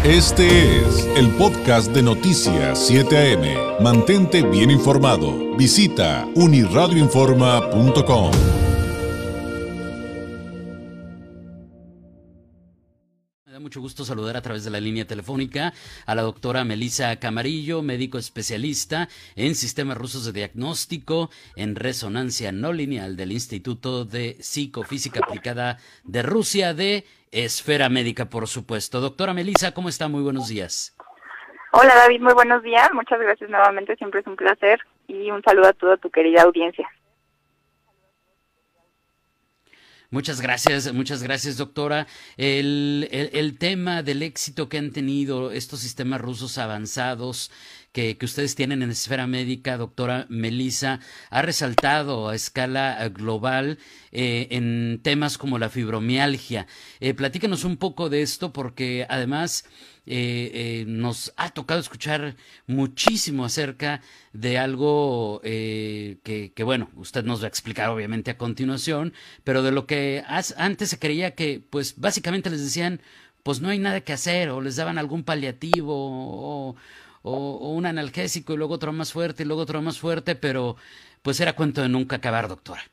Este es el podcast de Noticias 7 AM. Mantente bien informado. Visita uniradioinforma.com. Me da mucho gusto saludar a través de la línea telefónica a la doctora Melissa Camarillo, médico especialista en sistemas rusos de diagnóstico en resonancia no lineal del Instituto de Psicofísica Aplicada de Rusia, de Esfera Médica, por supuesto. Doctora Melissa, ¿cómo está? Muy buenos días. Hola David, muy buenos días. Muchas gracias nuevamente, siempre es un placer. Y un saludo a toda tu querida audiencia. Muchas gracias, doctora. El tema del éxito que han tenido estos sistemas rusos avanzados que ustedes tienen en Esfera Médica, doctora Melissa, ha resaltado a escala global en temas como la fibromialgia. Platícanos un poco de esto, porque además nos ha tocado escuchar muchísimo acerca de algo que bueno, usted nos va a explicar obviamente a continuación, pero de lo que antes se creía que pues básicamente les decían pues no hay nada que hacer, o les daban algún paliativo o un analgésico y luego otro más fuerte y luego otro más fuerte, pero pues era cuento de nunca acabar, doctora.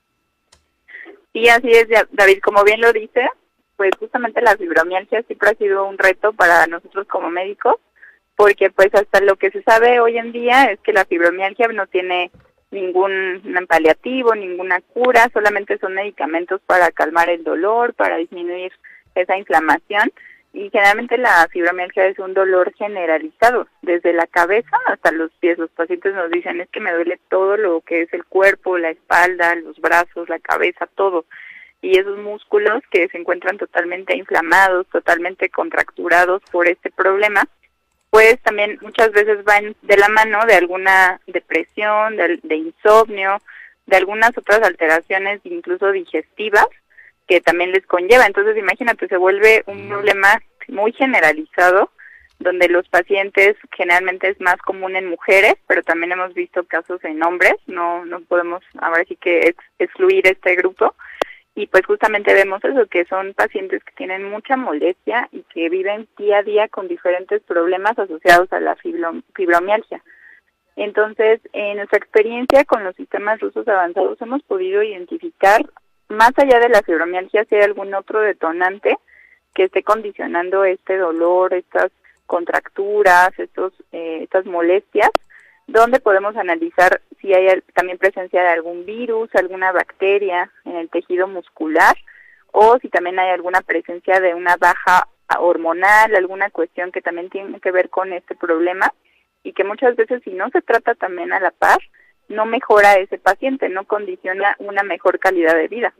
Sí, así es, David, como bien lo dice, pues justamente la fibromialgia siempre ha sido un reto para nosotros como médicos, porque pues hasta lo que se sabe hoy en día es que la fibromialgia no tiene ningún paliativo, ninguna cura, solamente son medicamentos para calmar el dolor, para disminuir esa inflamación. Y generalmente la fibromialgia es un dolor generalizado, desde la cabeza hasta los pies. Los pacientes nos dicen, es que me duele todo lo que es el cuerpo, la espalda, los brazos, la cabeza, todo. Y esos músculos que se encuentran totalmente inflamados, totalmente contracturados por este problema, pues también muchas veces van de la mano de alguna depresión, de insomnio, de algunas otras alteraciones incluso digestivas, que también les conlleva. Entonces, imagínate, se vuelve un problema muy generalizado, donde los pacientes generalmente es más común en mujeres, pero también hemos visto casos en hombres, no podemos ahora sí que excluir este grupo, y pues justamente vemos eso, que son pacientes que tienen mucha molestia y que viven día a día con diferentes problemas asociados a la fibromialgia. Entonces, en nuestra experiencia con los sistemas rusos avanzados hemos podido identificar, más allá de la fibromialgia, si hay algún otro detonante que esté condicionando este dolor, estas contracturas, estas molestias, donde podemos analizar si hay también presencia de algún virus, alguna bacteria en el tejido muscular, o si también hay alguna presencia de una baja hormonal, alguna cuestión que también tiene que ver con este problema, y que muchas veces, si no se trata también a la par, no mejora ese paciente, no condiciona una mejor calidad de vida.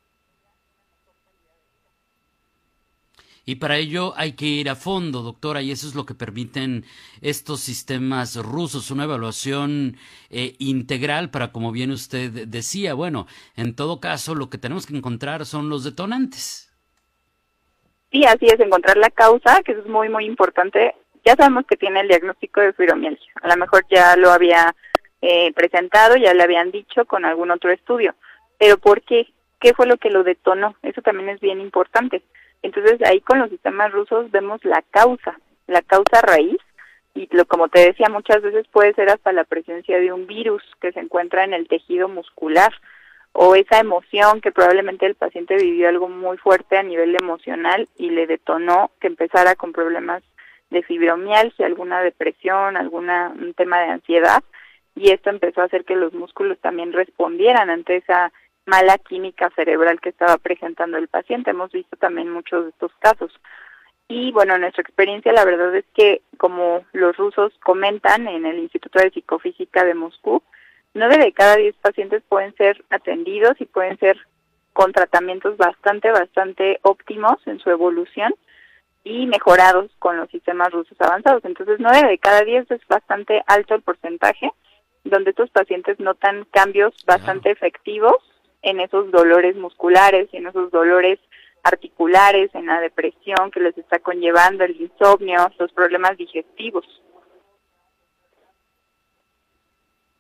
Y para ello hay que ir a fondo, doctora, y eso es lo que permiten estos sistemas rusos, una evaluación integral para, como bien usted decía, bueno, en todo caso lo que tenemos que encontrar son los detonantes. Sí, así es, encontrar la causa, que eso es muy, muy importante. Ya sabemos que tiene el diagnóstico de fibromialgia, a lo mejor ya lo había presentado, ya le habían dicho con algún otro estudio, pero ¿por qué? ¿Qué fue lo que lo detonó? Eso también es bien importante. Entonces ahí con los sistemas rusos vemos la causa raíz, y como te decía, muchas veces puede ser hasta la presencia de un virus que se encuentra en el tejido muscular, o esa emoción que probablemente el paciente vivió algo muy fuerte a nivel emocional y le detonó que empezara con problemas de fibromialgia, alguna depresión, un tema de ansiedad, y esto empezó a hacer que los músculos también respondieran ante esa mala química cerebral que estaba presentando el paciente. Hemos visto también muchos de estos casos. Y bueno, en nuestra experiencia la verdad es que, como los rusos comentan en el Instituto de Psicofísica de Moscú, 9 de cada 10 pacientes pueden ser atendidos y pueden ser con tratamientos bastante óptimos en su evolución y mejorados con los sistemas rusos avanzados. Entonces 9 de cada 10 es bastante alto el porcentaje, donde estos pacientes notan cambios bastante efectivos en esos dolores musculares y en esos dolores articulares, en la depresión que les está conllevando, el insomnio, los problemas digestivos.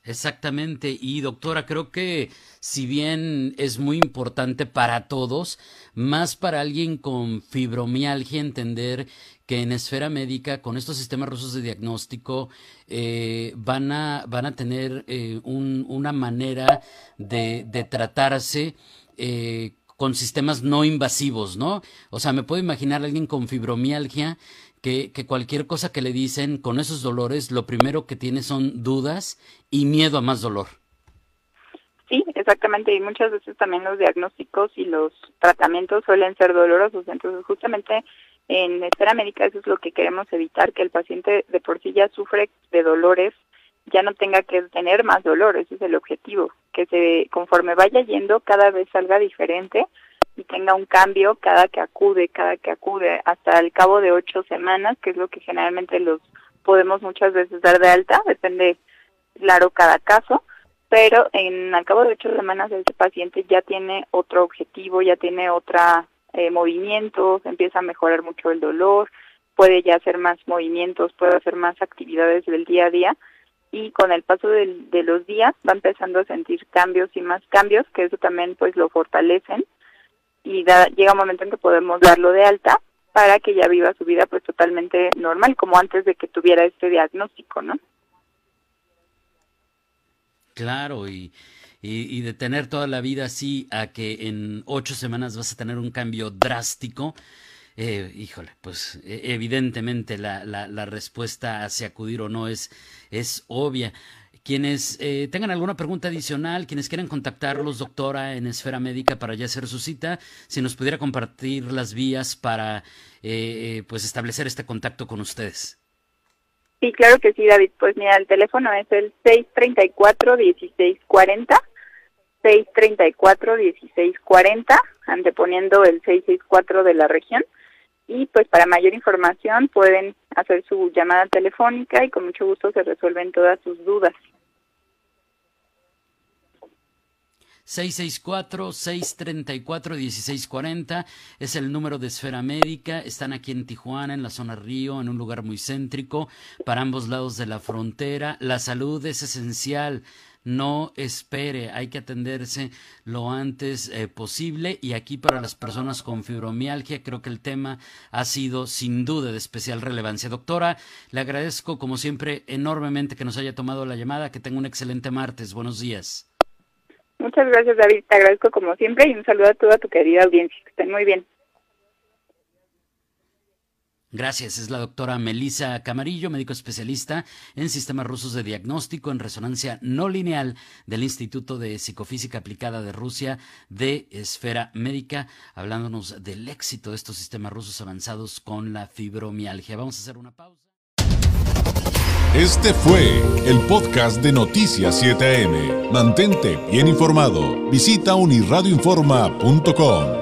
Exactamente. Y doctora, creo que si bien es muy importante para todos, más para alguien con fibromialgia, entender que en esfera médica, con estos sistemas rusos de diagnóstico, van a tener una manera de tratarse con sistemas no invasivos, ¿no? O sea, me puedo imaginar a alguien con fibromialgia que cualquier cosa que le dicen con esos dolores, lo primero que tiene son dudas y miedo a más dolor. Sí, exactamente, y muchas veces también los diagnósticos y los tratamientos suelen ser dolorosos, entonces justamente en esfera médica eso es lo que queremos evitar, que el paciente de por sí ya sufre de dolores, ya no tenga que tener más dolor, ese es el objetivo, que conforme vaya yendo cada vez salga diferente y tenga un cambio cada que acude, hasta el cabo de 8 semanas, que es lo que generalmente los podemos muchas veces dar de alta, depende, claro, cada caso, pero al cabo de 8 semanas ese paciente ya tiene otro objetivo, ya tiene otra movimiento, empieza a mejorar mucho el dolor, puede ya hacer más movimientos, puede hacer más actividades del día a día, y con el paso de los días va empezando a sentir cambios y más cambios, que eso también pues lo fortalecen, y llega un momento en que podemos darlo de alta para que ya viva su vida pues totalmente normal, como antes de que tuviera este diagnóstico, ¿no? Claro, y de tener toda la vida así a que en 8 semanas vas a tener un cambio drástico, híjole, pues evidentemente la respuesta hacia acudir o no es obvia. Quienes tengan alguna pregunta adicional, quienes quieran contactarlos, doctora, en Esfera Médica para ya hacer su cita, si nos pudiera compartir las vías para pues establecer este contacto con ustedes. Sí, claro que sí, David. Pues mira, el teléfono es el 634-1640, 634-1640, anteponiendo el 664 de la región. Y pues para mayor información pueden hacer su llamada telefónica y con mucho gusto se resuelven todas sus dudas. 664-634-1640 es el número de Esfera Médica. Están aquí en Tijuana, en la zona Río, en un lugar muy céntrico, para ambos lados de la frontera. La salud es esencial. No espere, hay que atenderse lo antes posible, y aquí para las personas con fibromialgia creo que el tema ha sido sin duda de especial relevancia. Doctora, le agradezco como siempre enormemente que nos haya tomado la llamada, que tenga un excelente martes. Buenos días. Muchas gracias, David, te agradezco como siempre y un saludo a toda tu querida audiencia, que estén muy bien. Gracias, es la doctora Melissa Camarillo, médico especialista en sistemas rusos de diagnóstico en resonancia no lineal del Instituto de Psicofísica Aplicada de Rusia de Esfera Médica, hablándonos del éxito de estos sistemas rusos avanzados con la fibromialgia. Vamos a hacer una pausa. Este fue el podcast de Noticias 7am. Mantente bien informado. Visita unirradioinforma.com.